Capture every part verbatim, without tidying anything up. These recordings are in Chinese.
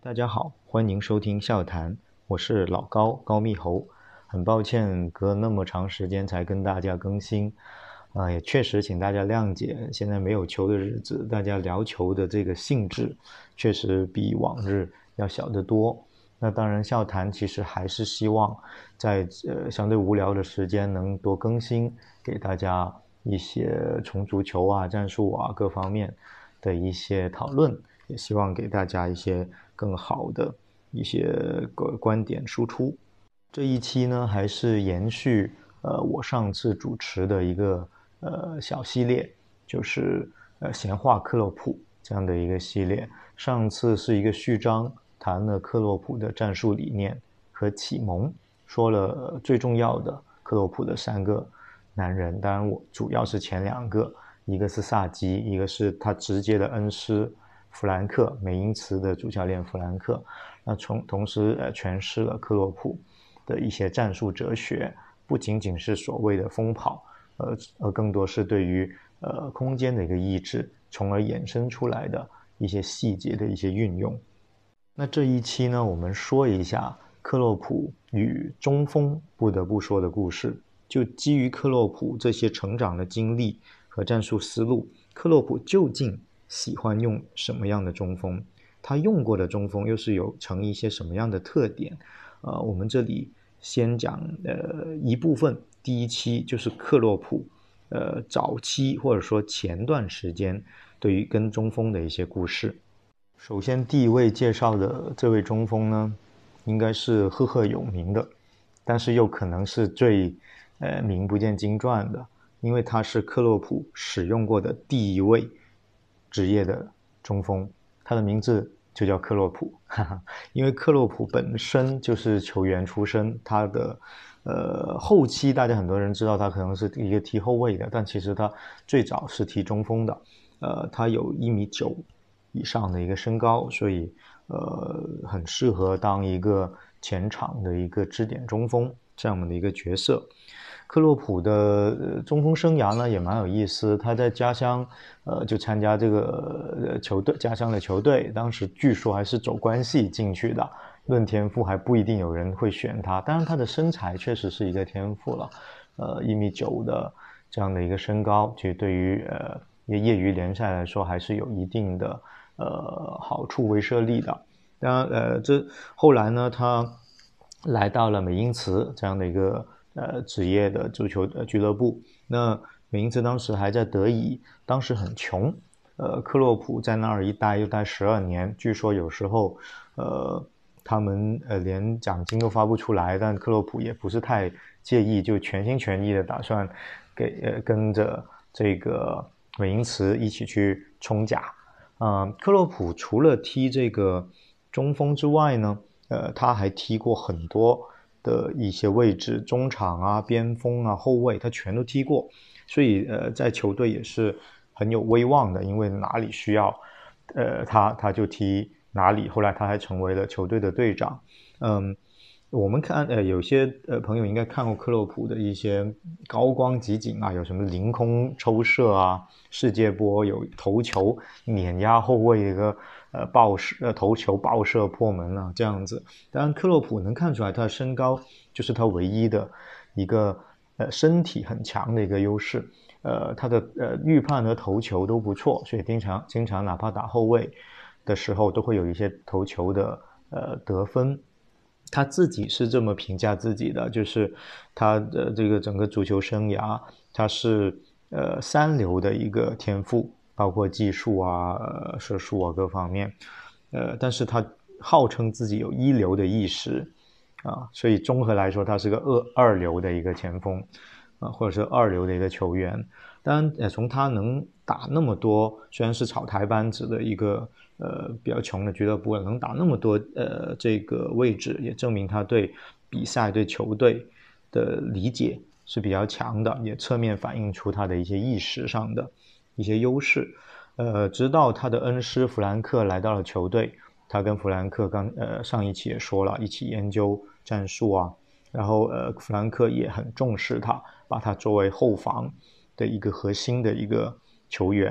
大家好，欢迎收听笑谈，我是老高高密猴。很抱歉隔那么长时间才跟大家更新，呃，也确实请大家谅解，现在没有球的日子，大家聊球的这个兴致确实比往日要小得多。那当然笑谈其实还是希望在呃相对无聊的时间能多更新，给大家一些从足球啊、战术啊各方面的一些讨论，也希望给大家一些更好的一些观点输出。这一期呢，还是延续呃我上次主持的一个呃小系列，就是呃闲话克洛普这样的一个系列。上次是一个序章，谈了克洛普的战术理念和启蒙，说了最重要的克洛普的三个男人，当然我主要是前两个，一个是萨基，一个是他直接的恩师弗兰克，美因茨的主教练弗兰克。那从同时呃诠释了克洛普的一些战术哲学，不仅仅是所谓的疯跑，呃，而更多是对于呃空间的一个抑制，从而衍生出来的一些细节的一些运用。那这一期呢，我们说一下克洛普与中锋不得不说的故事。就基于克洛普这些成长的经历和战术思路，克洛普究竟喜欢用什么样的中锋？他用过的中锋又是有成一些什么样的特点？呃，我们这里先讲呃一部分，第一期就是克洛普呃早期或者说前段时间对于跟中锋的一些故事。首先第一位介绍的这位中锋呢，应该是赫赫有名的，但是又可能是最呃名不见经传的，因为他是克洛普使用过的第一位职业的中锋，他的名字就叫克洛普。哈哈，因为克洛普本身就是球员出身，他的呃后期大家很多人知道他可能是一个踢后卫的，但其实他最早是踢中锋的。呃，他有一米九以上的一个身高，所以呃很适合当一个前场的一个支点中锋这样的一个角色。克洛普的中锋生涯呢也蛮有意思，他在家乡呃就参加这个球队家乡的球队，当时据说还是走关系进去的，论天赋还不一定有人会选他，当然他的身材确实是一个天赋了，呃一米九的这样的一个身高，其实对于呃业余联赛来说还是有一定的呃好处威慑力的。当然呃这后来呢他来到了美因茨这样的一个呃职业的足球俱乐部。那美因茨当时还在德乙，当时很穷，呃克洛普在那儿一待又待十二年，据说有时候呃他们呃连奖金都发不出来，但克洛普也不是太介意，就全心全意的打算给呃跟着这个美因茨一起去冲甲。呃克洛普除了踢这个中锋之外呢，呃他还踢过很多的一些位置，中场啊、边锋啊、后卫，他全都踢过，所以呃在球队也是很有威望的，因为哪里需要呃他他就踢哪里。后来他还成为了球队的队长。嗯，我们看呃有些呃朋友应该看过克洛普的一些高光集锦啊，有什么凌空抽射啊，世界波有头球碾压后卫一个呃爆射呃头球爆射破门啊这样子。当然克洛普能看出来他的身高就是他唯一的一个呃身体很强的一个优势，呃他的呃预判和头球都不错，所以经常经常哪怕打后卫的时候都会有一些头球的呃得分。他自己是这么评价自己的，就是他的这个整个足球生涯，他是呃三流的一个天赋，包括技术啊、呃、射术啊各方面，呃，但是他号称自己有一流的意识啊，所以综合来说，他是个二二流的一个前锋啊，或者是二流的一个球员。当然，呃，从他能打那么多，虽然是草台班子的一个呃比较穷的俱乐部，能打那么多呃这个位置，也证明他对比赛、对球队的理解是比较强的，也侧面反映出他的一些意识上的一些优势。呃，直到他的恩师弗兰克来到了球队，他跟弗兰克刚呃上一期也说了，一起研究战术啊，然后呃弗兰克也很重视他，把他作为后防的一个核心的一个球员，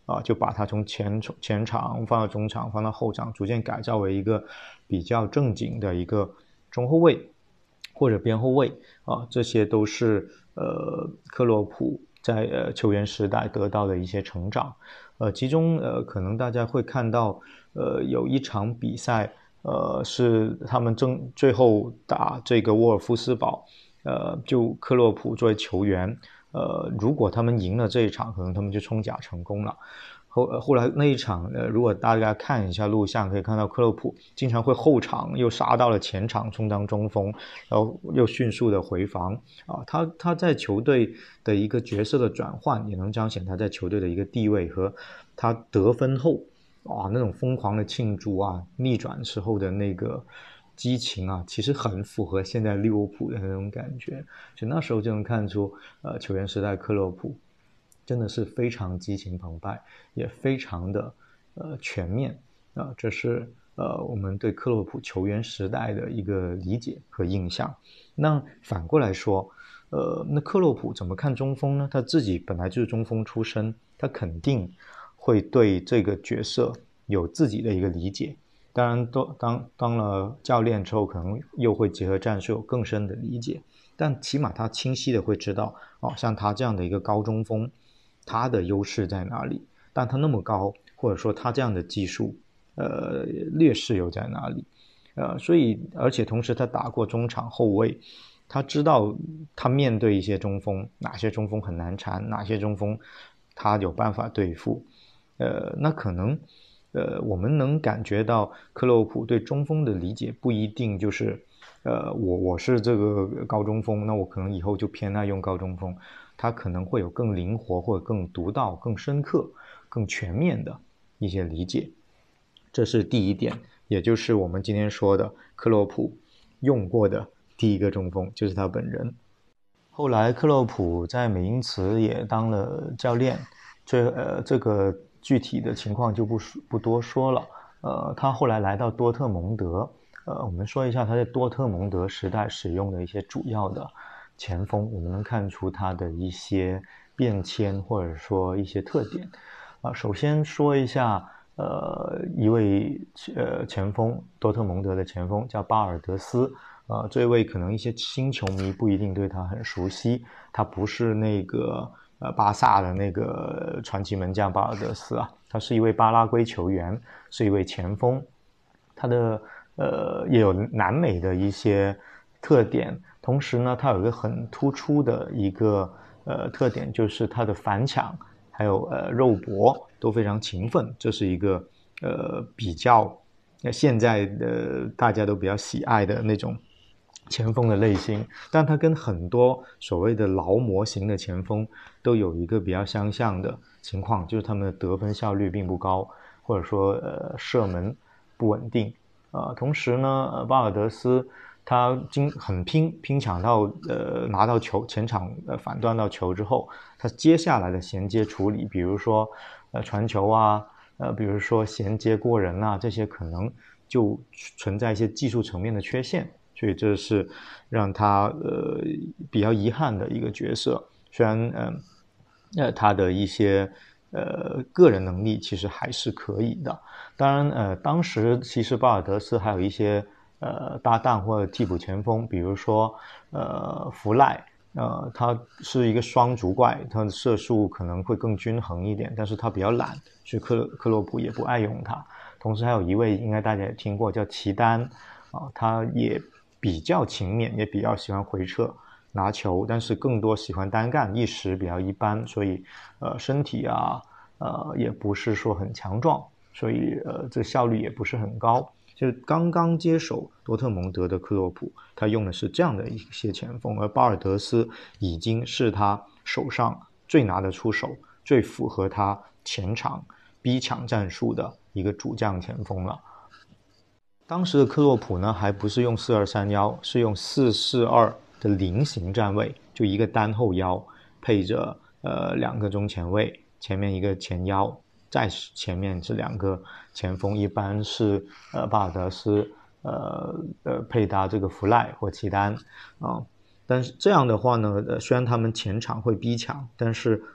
啊，就把他从前前场放到中场，放到后场，逐渐改造为一个比较正经的一个中后卫或者边后卫啊，这些都是呃克洛普在呃球员时代得到的一些成长。呃，其中呃可能大家会看到呃有一场比赛，呃是他们争最后打这个沃尔夫斯堡，呃就克洛普作为球员。呃，如果他们赢了这一场，可能他们就冲甲成功了。后呃后来那一场，呃，如果大家看一下录像，可以看到克洛普经常会后场又杀到了前场，充当中锋，然后又迅速的回防啊。他他在球队的一个角色的转换，也能彰显他在球队的一个地位和他得分后啊那种疯狂的庆祝啊，逆转时候的那个激情啊，其实很符合现在利物浦的那种感觉。就那时候就能看出，呃，球员时代克洛普真的是非常激情澎湃，也非常的呃全面啊、呃。这是呃我们对克洛普球员时代的一个理解和印象。那反过来说，呃，那克洛普怎么看中锋呢？他自己本来就是中锋出身，他肯定会对这个角色有自己的一个理解。当然都当当了教练之后，可能又会结合战术有更深的理解，但起码他清晰的会知道，哦，像他这样的一个高中锋，他的优势在哪里？但他那么高，或者说他这样的技术，呃，劣势又在哪里？呃，所以而且同时他打过中场后卫，他知道他面对一些中锋，哪些中锋很难缠，哪些中锋他有办法对付，呃，那可能。呃，我们能感觉到克洛普对中锋的理解不一定就是，呃，我我是这个高中锋，那我可能以后就偏爱用高中锋，他可能会有更灵活或者更独到、更深刻、更全面的一些理解。这是第一点，也就是我们今天说的克洛普用过的第一个中锋，就是他本人。后来克洛普在美因茨也当了教练，这呃这个具体的情况就不不多说了。呃，他后来来到多特蒙德，呃，我们说一下他在多特蒙德时代使用的一些主要的前锋，我们能看出他的一些变迁或者说一些特点。啊、呃，首先说一下，呃，一位呃前锋，多特蒙德的前锋叫巴尔德斯。呃，这位可能一些新球迷不一定对他很熟悉，他不是那个呃巴萨的那个传奇门将巴尔德斯啊，他是一位巴拉圭球员，是一位前锋，他的呃也有南美的一些特点，同时呢，他有一个很突出的一个呃特点，就是他的反抢还有呃肉搏都非常勤奋，这是一个呃比较现在的大家都比较喜爱的那种前锋的类型，但他跟很多所谓的劳模型的前锋都有一个比较相像的情况，就是他们的得分效率并不高，或者说呃射门不稳定。呃，同时呢，巴尔德斯他经很拼拼抢到呃拿到球前场呃反断到球之后，他接下来的衔接处理，比如说呃传球啊，呃比如说衔接过人啊，这些可能就存在一些技术层面的缺陷。所以这是让他呃比较遗憾的一个角色。虽然嗯呃, 呃他的一些呃个人能力其实还是可以的。当然呃当时其实巴尔德斯还有一些呃搭档或者替补前锋，比如说呃弗赖。呃，他是一个双足怪，他的射术可能会更均衡一点，但是他比较懒，所以克克洛普也不爱用他。同时还有一位应该大家也听过叫齐丹啊，他也比较勤勉，也比较喜欢回撤拿球，但是更多喜欢单干，意识比较一般，所以呃身体啊呃也不是说很强壮，所以呃这效率也不是很高。就是刚刚接手多特蒙德的克洛普，他用的是这样的一些前锋，而巴尔德斯已经是他手上最拿得出手、最符合他前场逼抢战术的一个主将前锋了。当时的克洛普呢，还不是用四二三一，是用四四二的菱形站位，就一个单后腰配着呃两个中前卫，前面一个前腰，再前面这两个前锋，一般是呃巴尔德斯呃呃配搭这个弗赖或齐丹啊、呃。但是这样的话呢，呃虽然他们前场会逼抢，但是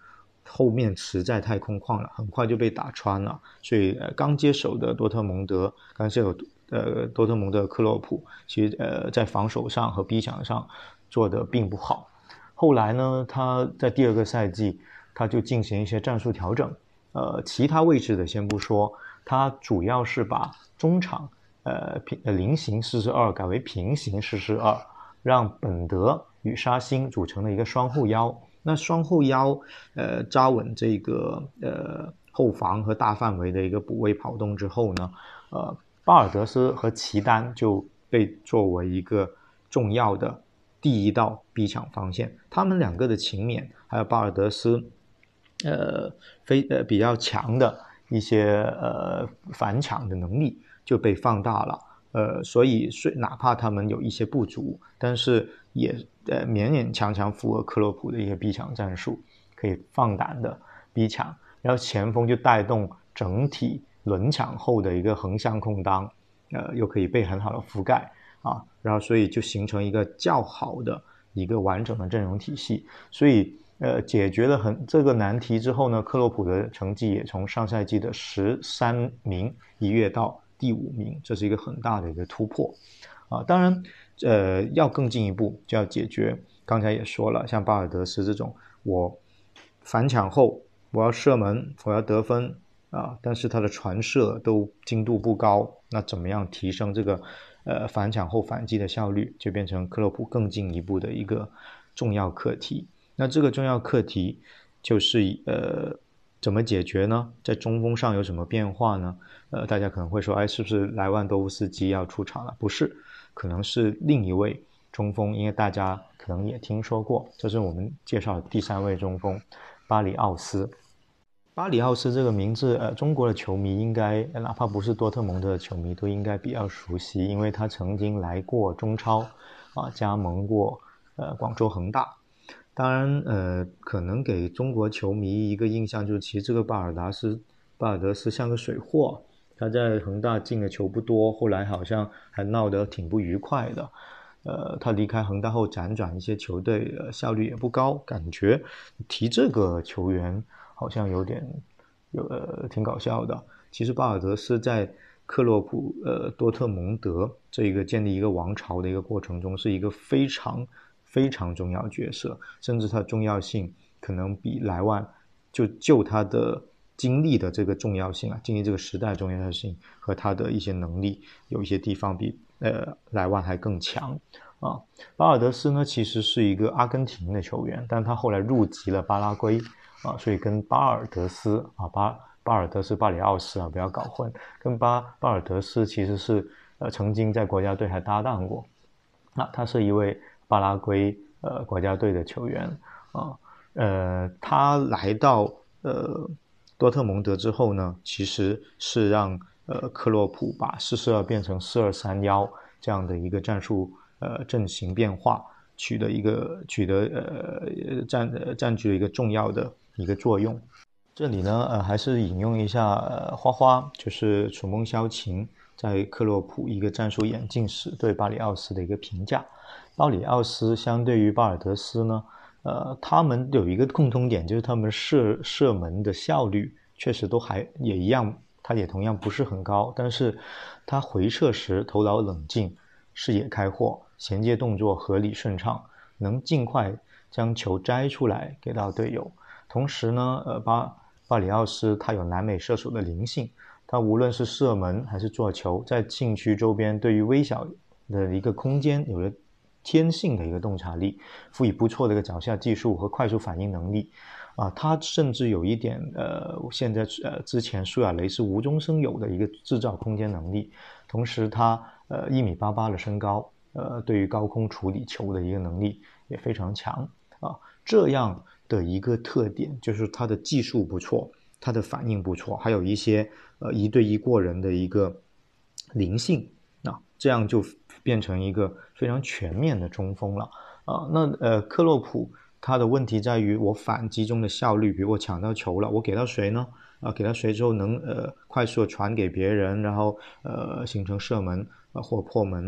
后面实在太空旷了，很快就被打穿了。所以呃刚接手的多特蒙德，刚接手呃多特蒙德克洛普，其实呃在防守上和逼抢上做得并不好。后来呢，他在第二个赛季他就进行一些战术调整，呃其他位置的先不说，他主要是把中场呃平呃菱形四四二改为平行四四二，让本德与沙辛组成了一个双后腰。那双后腰呃扎稳这个呃后防和大范围的一个补位跑动之后呢，呃巴尔德斯和齐丹就被作为一个重要的第一道逼抢防线，他们两个的勤勉还有巴尔德斯呃非呃比较强的一些呃反抢的能力就被放大了。呃，所以哪怕他们有一些不足，但是也呃勉勉强强符合克洛普的一些逼抢战术，可以放胆的逼抢，然后前锋就带动整体轮抢后的一个横向空当，呃，又可以被很好的覆盖啊，然后所以就形成一个较好的一个完整的阵容体系，所以呃解决了很这个难题之后呢，克洛普的成绩也从上赛季的十三名一跃到第五名，这是一个很大的一个突破啊！当然，呃，要更进一步，就要解决刚才也说了，像巴尔德斯这种，我反抢后我要射门，我要得分啊，但是他的传射都精度不高，那怎么样提升这个呃反抢后反击的效率，就变成克洛普更进一步的一个重要课题。那这个重要课题就是呃。怎么解决呢？在中锋上有什么变化呢？呃，大家可能会说，哎，是不是莱万多夫斯基要出场了？不是，可能是另一位中锋，因为大家可能也听说过，这是我们介绍的第三位中锋巴里奥斯。巴里奥斯这个名字，呃，中国的球迷应该哪怕不是多特蒙德的球迷都应该比较熟悉，因为他曾经来过中超，啊，加盟过呃广州恒大。当然，呃，可能给中国球迷一个印象就是，其实这个巴尔达斯、巴尔德斯像个水货。他在恒大进的球不多，后来好像还闹得挺不愉快的。呃，他离开恒大后辗转一些球队，呃，效率也不高，感觉提这个球员好像有点有呃挺搞笑的。其实巴尔德斯在克洛普呃多特蒙德这一个建立一个王朝的一个过程中，是一个非常。非常重要角色，甚至它的重要性可能比莱万就就他的经历的这个重要性啊，经历这个时代重要性和他的一些能力，有一些地方比呃莱万还更强啊。巴尔德斯呢，其实是一个阿根廷的球员，但他后来入籍了巴拉圭啊，所以跟巴尔德斯啊巴巴尔德斯巴里奥斯啊不要搞混，跟巴巴尔德斯其实是呃曾经在国家队还搭档过，那他是一位。巴拉圭呃国家队的球员啊，呃，他来到呃多特蒙德之后呢，其实是让呃克洛普把四四二变成四二三一这样的一个战术呃阵型变化，取得一个取得呃占呃占据了一个重要的一个作用。这里呢呃还是引用一下呃花花，就是楚梦萧晴在克洛普一个战术演进时对巴里奥斯的一个评价。巴里奥斯相对于巴尔德斯呢，呃，他们有一个共通点，就是他们射射门的效率确实都还也一样，他也同样不是很高，但是他回撤时头脑冷静，视野开阔，衔接动作合理顺畅，能尽快将球摘出来给到队友。同时呢，呃，巴巴里奥斯他有南美射手的灵性，他无论是射门还是做球，在禁区周边对于微小的一个空间有了天性的一个洞察力，赋予不错的一个脚下技术和快速反应能力啊，他甚至有一点呃，现在呃之前苏亚雷是无中生有的一个制造空间能力，同时他呃一米八八的身高，呃对于高空处理球的一个能力也非常强啊，这样的一个特点就是他的技术不错，他的反应不错，还有一些呃一对一过人的一个灵性啊，这样就变成一个非常全面的中锋了啊。那呃，克洛普他的问题在于我反击中的效率，比如我抢到球了，我给到谁呢？啊，给到谁之后能呃快速的传给别人，然后呃形成射门啊、呃、或破门呢？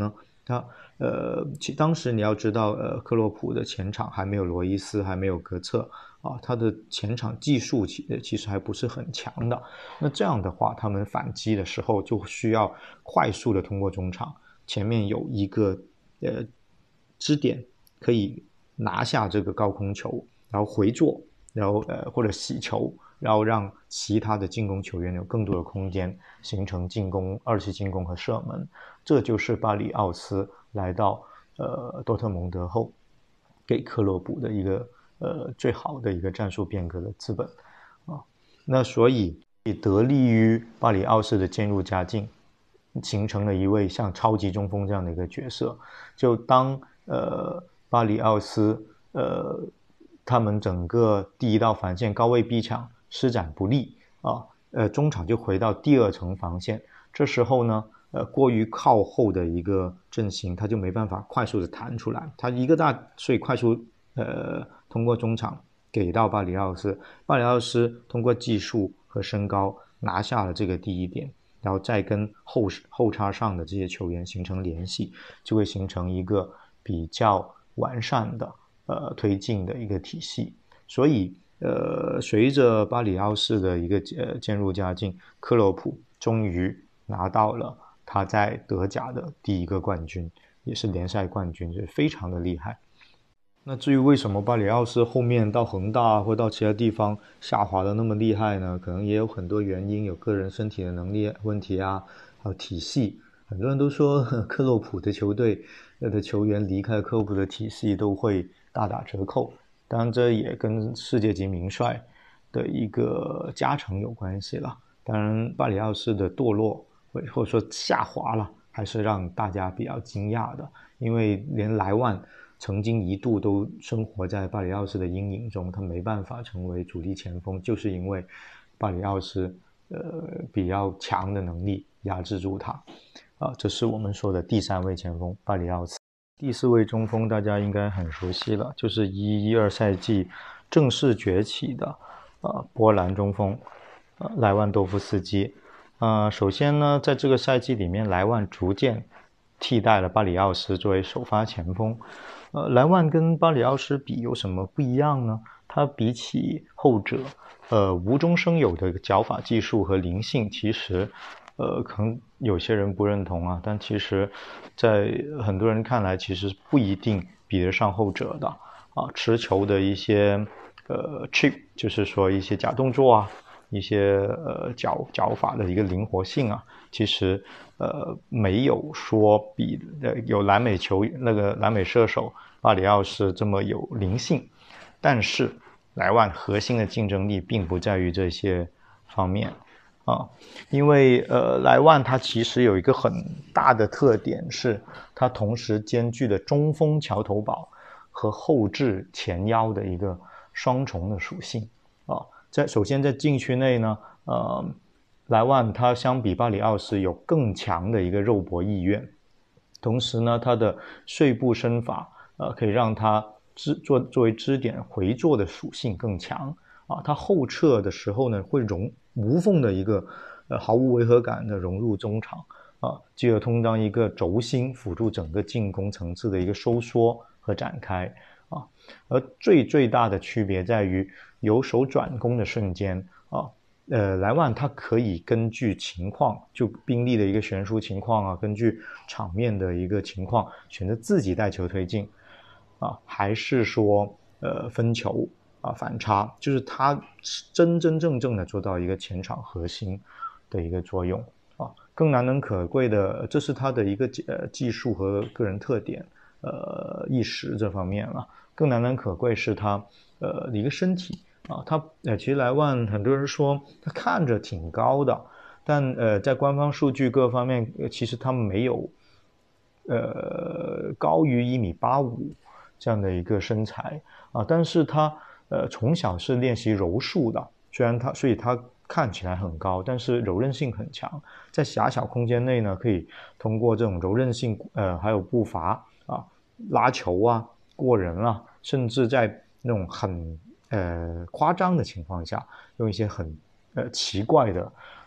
他呃，其当时你要知道，呃，克洛普的前场还没有罗伊斯，还没有格策啊，他的前场技术其其实还不是很强的。那这样的话，他们反击的时候就需要快速的通过中场，前面有一个呃支点可以拿下这个高空球，然后回做，然后呃或者洗球，然后让其他的进攻球员有更多的空间，形成进攻、二次进攻和射门。这就是巴里奥斯来到呃多特蒙德后给克洛普的一个呃最好的一个战术变革的资本啊。那所以也得利于巴里奥斯的渐入佳境，形成了一位像超级中锋这样的一个角色。就当呃巴里奥斯呃他们整个第一道防线高位逼抢施展不利啊，呃中场就回到第二层防线，这时候呢。呃，过于靠后的一个阵型，他就没办法快速的弹出来。他一个大，所以快速呃通过中场给到巴里奥斯，巴里奥斯通过技术和身高拿下了这个第一点，然后再跟后后插上的这些球员形成联系，就会形成一个比较完善的呃推进的一个体系。所以呃，随着巴里奥斯的一个呃渐入佳境，克洛普终于拿到了。他在德甲的第一个冠军，也是联赛冠军，就非常的厉害。那至于为什么巴里奥斯后面到恒大或到其他地方下滑的那么厉害呢？可能也有很多原因，有个人身体的能力问题啊，还有体系。很多人都说克洛普的球队的球员离开克洛普的体系都会大打折扣，当然这也跟世界级名帅的一个加成有关系了。当然巴里奥斯的堕落或者说下滑了，还是让大家比较惊讶的，因为连莱万曾经一度都生活在巴里奥斯的阴影中，他没办法成为主力前锋，就是因为巴里奥斯呃比较强的能力压制住他啊，这是我们说的第三位前锋巴里奥斯。第四位中锋大家应该很熟悉了，就是一一二赛季正式崛起的呃波兰中锋呃莱万多夫斯基。呃，首先呢，在这个赛季里面，莱万逐渐替代了巴里奥斯作为首发前锋。呃，莱万跟巴里奥斯比有什么不一样呢？他比起后者，呃，无中生有的脚法技术和灵性，其实，呃，可能有些人不认同啊，但其实，在很多人看来，其实不一定比得上后者的啊。持球的一些呃 chip， 就是说一些假动作啊。一些呃脚脚法的一个灵活性啊，其实呃没有说比呃有南美球那个南美射手巴里奥斯这么有灵性，但是莱万核心的竞争力并不在于这些方面啊，因为呃莱万他其实有一个很大的特点是，他同时兼具了中锋桥头堡和后置前腰的一个双重的属性啊。在首先在禁区内呢，呃，莱万他相比巴里奥斯有更强的一个肉搏意愿，同时呢，他的碎步身法，呃，可以让他支作作为支点回做的属性更强啊。他后撤的时候呢，会融无缝的一个呃毫无违和感的融入中场啊，继而充当一个轴心，辅助整个进攻层次的一个收缩和展开。啊，而最最大的区别在于由守转攻的瞬间啊，呃，莱万他可以根据情况，就兵力的一个悬殊情况啊，根据场面的一个情况，选择自己带球推进啊，还是说呃分球啊反差，就是他真真正正的做到一个前场核心的一个作用啊，更难能可贵的，这是他的一个呃技术和个人特点。呃，意识这方面了，更难能可贵是他呃一个身体啊，他呃其实莱万很多人说他看着挺高的，但呃在官方数据各方面，呃、其实他没有呃高于一米八五这样的一个身材啊，但是他呃从小是练习柔术的，虽然他所以他看起来很高，但是柔韧性很强，在狭小空间内呢，可以通过这种柔韧性呃还有步伐啊。拉球啊，过人啊，甚至在那种很呃夸张的情况下，用一些很呃奇怪的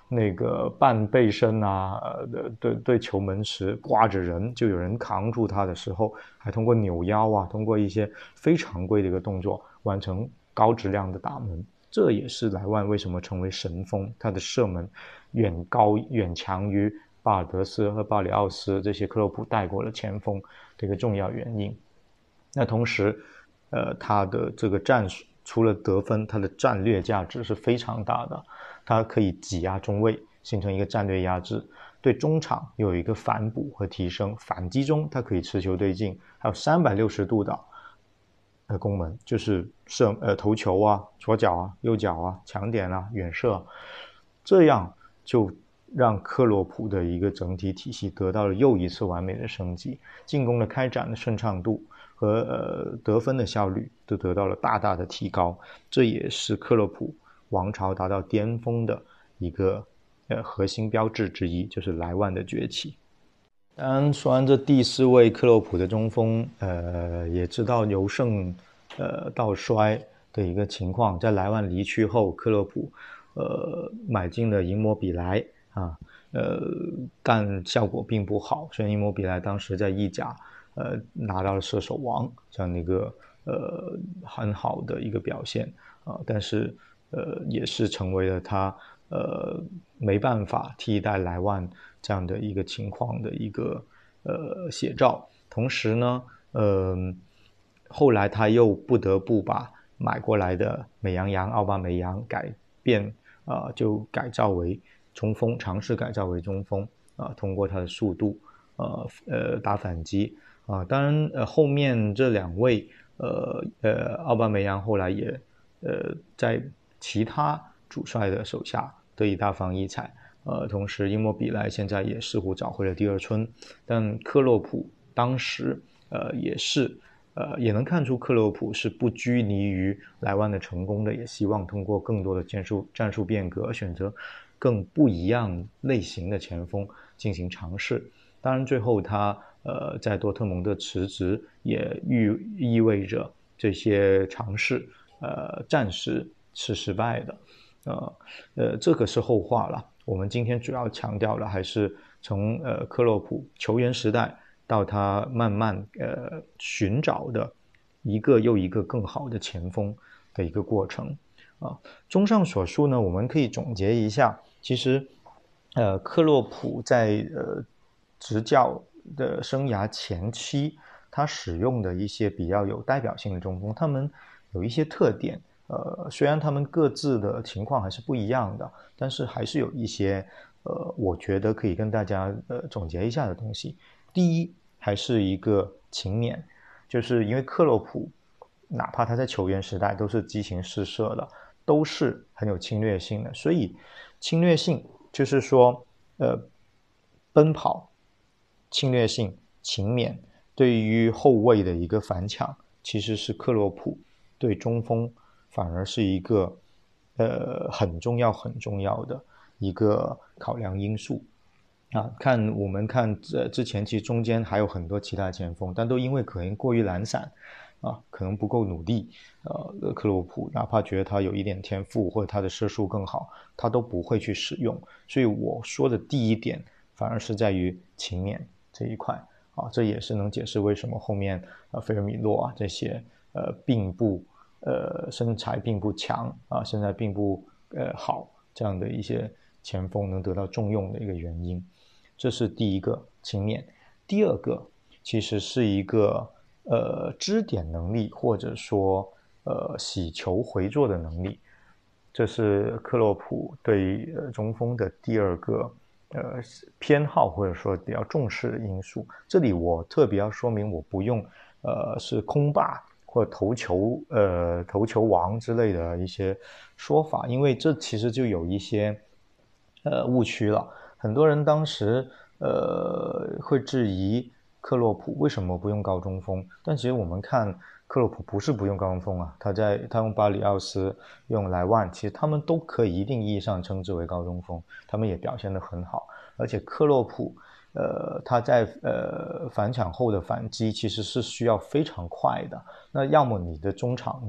那个半背身啊，呃，对对球门时挂着人，就有人扛住他的时候，还通过扭腰啊，通过一些非常规的一个动作完成高质量的打门。这也是莱万为什么成为神锋，他的射门远高远强于巴尔德斯和巴里奥斯这些克洛普带过的前锋的一个重要原因。那同时，呃，他的这个战术除了得分，他的战略价值是非常大的。他可以挤压中卫，形成一个战略压制，对中场又有一个反哺和提升。反击中，他可以持球对进，还有三百六十度的呃攻门，就是射呃头球啊、左脚啊、右脚啊、强点啊、远射，这样就让克洛普的一个整体体系得到了又一次完美的升级，进攻的开展的顺畅度和呃得分的效率都得到了大大的提高。这也是克洛普王朝达到巅峰的一个呃核心标志之一，就是莱万的崛起。当然，说完这第四位克洛普的中锋，呃，也知道由盛呃到衰的一个情况。在莱万离去后，克洛普呃买进了因莫比莱啊，呃，但效果并不好。虽然因莫比莱当时在意甲呃拿到了射手王这样的一个呃很好的一个表现啊，但是呃也是成为了他呃没办法替代莱万这样的一个情况的一个呃写照。同时呢，呃，后来他又不得不把买过来的美羊羊奥巴梅扬改变啊、呃，就改造为中锋，尝试改造为中锋啊、呃，通过他的速度呃呃打反击啊、呃。当然呃后面这两位呃呃奥巴梅扬后来也呃在其他主帅的手下得以大放异彩。呃，同时因莫比莱现在也似乎找回了第二春，但克洛普当时呃也是呃也能看出克洛普是不拘泥于莱万的成功的，也希望通过更多的战术战术变革，选择更不一样类型的前锋进行尝试。当然，最后他呃在多特蒙德辞职，也意意味着这些尝试呃暂时是失败的。呃呃，这个是后话了。我们今天主要强调的还是从呃克洛普球员时代到他慢慢呃寻找的一个又一个更好的前锋的一个过程啊。综上所述呢，我们可以总结一下，其实呃克洛普在呃执教的生涯前期，他使用的一些比较有代表性的中锋，他们有一些特点。呃，虽然他们各自的情况还是不一样的，但是还是有一些呃，我觉得可以跟大家呃总结一下的东西。第一，还是一个勤勉，就是因为克洛普，哪怕他在球员时代都是激情四射的，都是很有侵略性的，所以侵略性就是说，呃，奔跑、侵略性、勤勉，对于后卫的一个反抢，其实是克洛普对中锋反而是一个呃很重要很重要的一个考量因素啊。看我们看呃之前其实中间还有很多其他前锋，但都因为可能过于懒散啊，可能不够努力，呃，克洛普哪怕觉得他有一点天赋或者他的射术更好，他都不会去使用。所以我说的第一点反而是在于勤勉这一块啊，这也是能解释为什么后面呃菲尔米诺啊这些呃并不。呃，身材并不强啊，身材并不呃好，这样的一些前锋能得到重用的一个原因，这是第一个勤勉。第二个其实是一个呃支点能力，或者说呃洗球回做的能力，这是克洛普对呃中锋的第二个呃偏好或者说比较重视的因素。这里我特别要说明，我不用呃是空霸。或头球呃头球王之类的一些说法，因为这其实就有一些呃误区了。很多人当时呃会质疑克洛普为什么不用高中锋，但其实我们看克洛普不是不用高中锋啊，他在他用巴里奥斯用莱万，其实他们都可以一定意义上称之为高中锋，他们也表现得很好。而且克洛普呃，他在呃反抢后的反击其实是需要非常快的。那要么你的中场能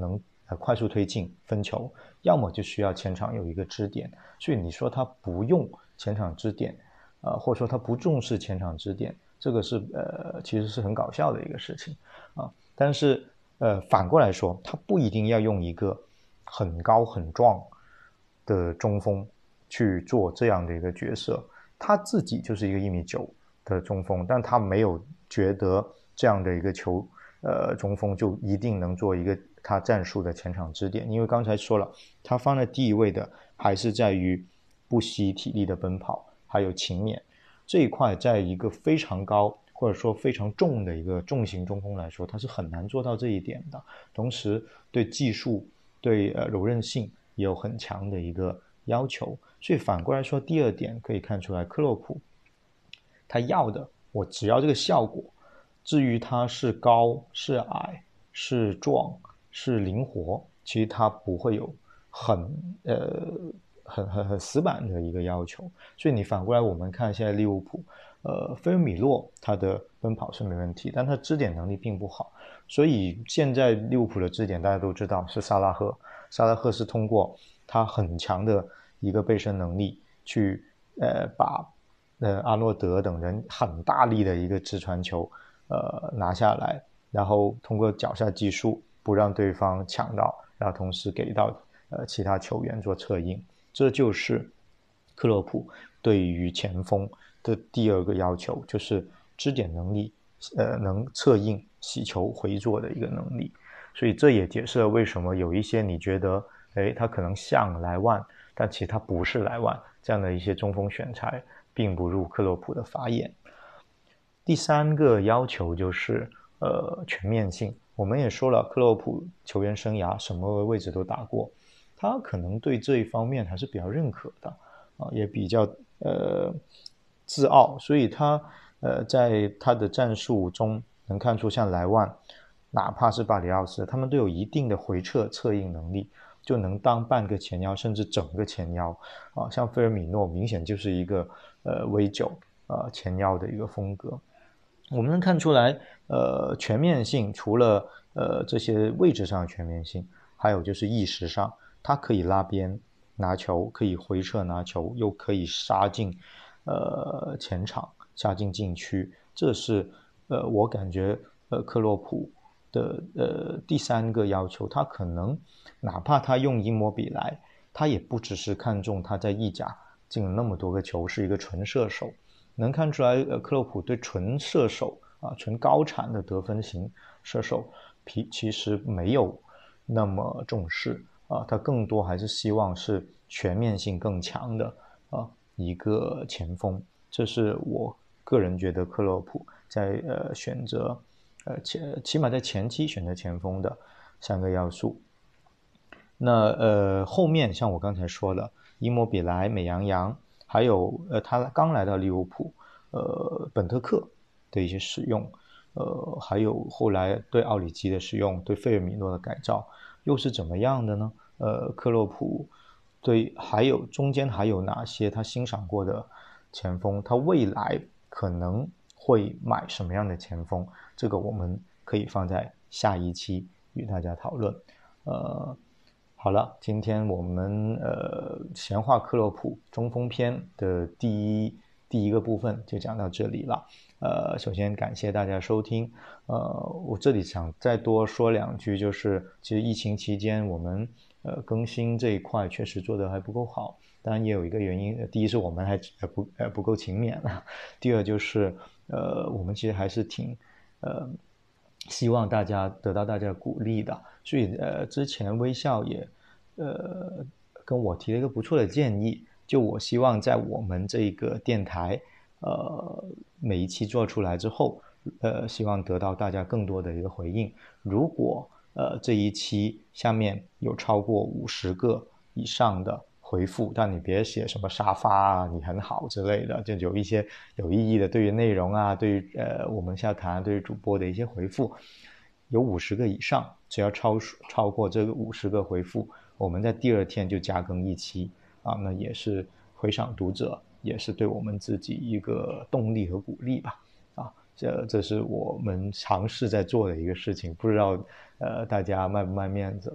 呃快速推进分球，要么就需要前场有一个支点。所以你说他不用前场支点，呃，或者说他不重视前场支点，这个是呃其实是很搞笑的一个事情啊。但是呃反过来说，他不一定要用一个很高很壮的中锋去做这样的一个角色，他自己就是一个一米九的中锋，但他没有觉得这样的一个球，呃，中锋就一定能做一个他战术的前场支点，因为刚才说了，他放在第一位的还是在于不惜体力的奔跑，还有勤勉这一块，在一个非常高或者说非常重的一个重型中锋来说，他是很难做到这一点的。同时，对技术、对呃柔韧性也有很强的一个要求。所以反过来说，第二点可以看出来，克洛普他要的，我只要这个效果。至于他是高是矮是壮是灵活，其实他不会有很呃很很很死板的一个要求。所以你反过来我们看现在利物浦，呃，菲尔米洛他的奔跑是没问题，但他支点能力并不好。所以现在利物浦的支点大家都知道是萨拉赫，萨拉赫是通过他很强的一个背身能力去呃把呃阿诺德等人很大力的一个直传球呃拿下来，然后通过脚下技术不让对方抢到，然后同时给到呃其他球员做策应，这就是克洛普对于前锋的第二个要求，就是支点能力，呃能策应洗球回做的一个能力。所以这也解释了为什么有一些你觉得诶他可能像莱万，但其实他不是莱万这样的一些中锋选材并不入克洛普的法眼。第三个要求就是呃全面性。我们也说了，克洛普球员生涯什么位置都打过，他可能对这一方面还是比较认可的啊，也比较呃自傲，所以他呃在他的战术中能看出，像莱万，哪怕是巴里奥斯，他们都有一定的回撤策应能力，就能当半个前腰甚至整个前腰啊。像菲尔米诺明显就是一个呃 V 九 呃前腰的一个风格。我们能看出来，呃，全面性除了呃这些位置上的全面性，还有就是意识上，他可以拉边拿球，可以回撤拿球，又可以杀进呃前场，杀进禁区。这是呃我感觉呃克洛普的呃第三个要求，他可能哪怕他用伊莫比莱，他也不只是看重他在意甲进了那么多个球是一个纯射手。能看出来，呃，克洛普对纯射手啊，纯高产的得分型射手，其实没有那么重视啊，他更多还是希望是全面性更强的啊一个前锋。这是我个人觉得克洛普在呃选择呃前起码在前期选择前锋的三个要素。那呃后面像我刚才说的，伊莫比莱、美羊羊。还有呃，他刚来到利物浦，呃，本特克的一些使用，呃，还有后来对奥里吉的使用，对费尔米诺的改造，又是怎么样的呢？呃，克洛普对，还有中间还有哪些他欣赏过的前锋？他未来可能会买什么样的前锋？这个我们可以放在下一期与大家讨论。呃。好了，今天我们呃闲话克洛普中锋篇的第一第一个部分就讲到这里了。呃，首先感谢大家收听。呃，我这里想再多说两句，就是其实疫情期间我们呃更新这一块确实做得还不够好，当然也有一个原因，第一是我们还呃不呃不够勤勉了，第二就是呃我们其实还是挺呃。希望大家得到大家的鼓励的，所以呃，之前微笑也呃跟我提了一个不错的建议，就我希望在我们这个电台呃每一期做出来之后，呃希望得到大家更多的一个回应。如果呃这一期下面有超过五十个以上的回复，但你别写什么沙发啊，你很好之类的，就有一些有意义的对于内容啊，对于呃我们笑谈对于主播的一些回复，有五十个以上，只要超超过这个五十个回复，我们在第二天就加更一期啊，那也是回赏读者，也是对我们自己一个动力和鼓励吧。啊，这这是我们尝试在做的一个事情，不知道呃大家卖不卖面子了。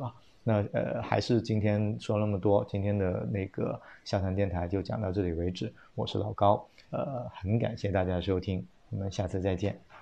那呃，还是今天说那么多，今天的那个笑谈电台就讲到这里为止。我是老高，呃，很感谢大家的收听，我们下次再见。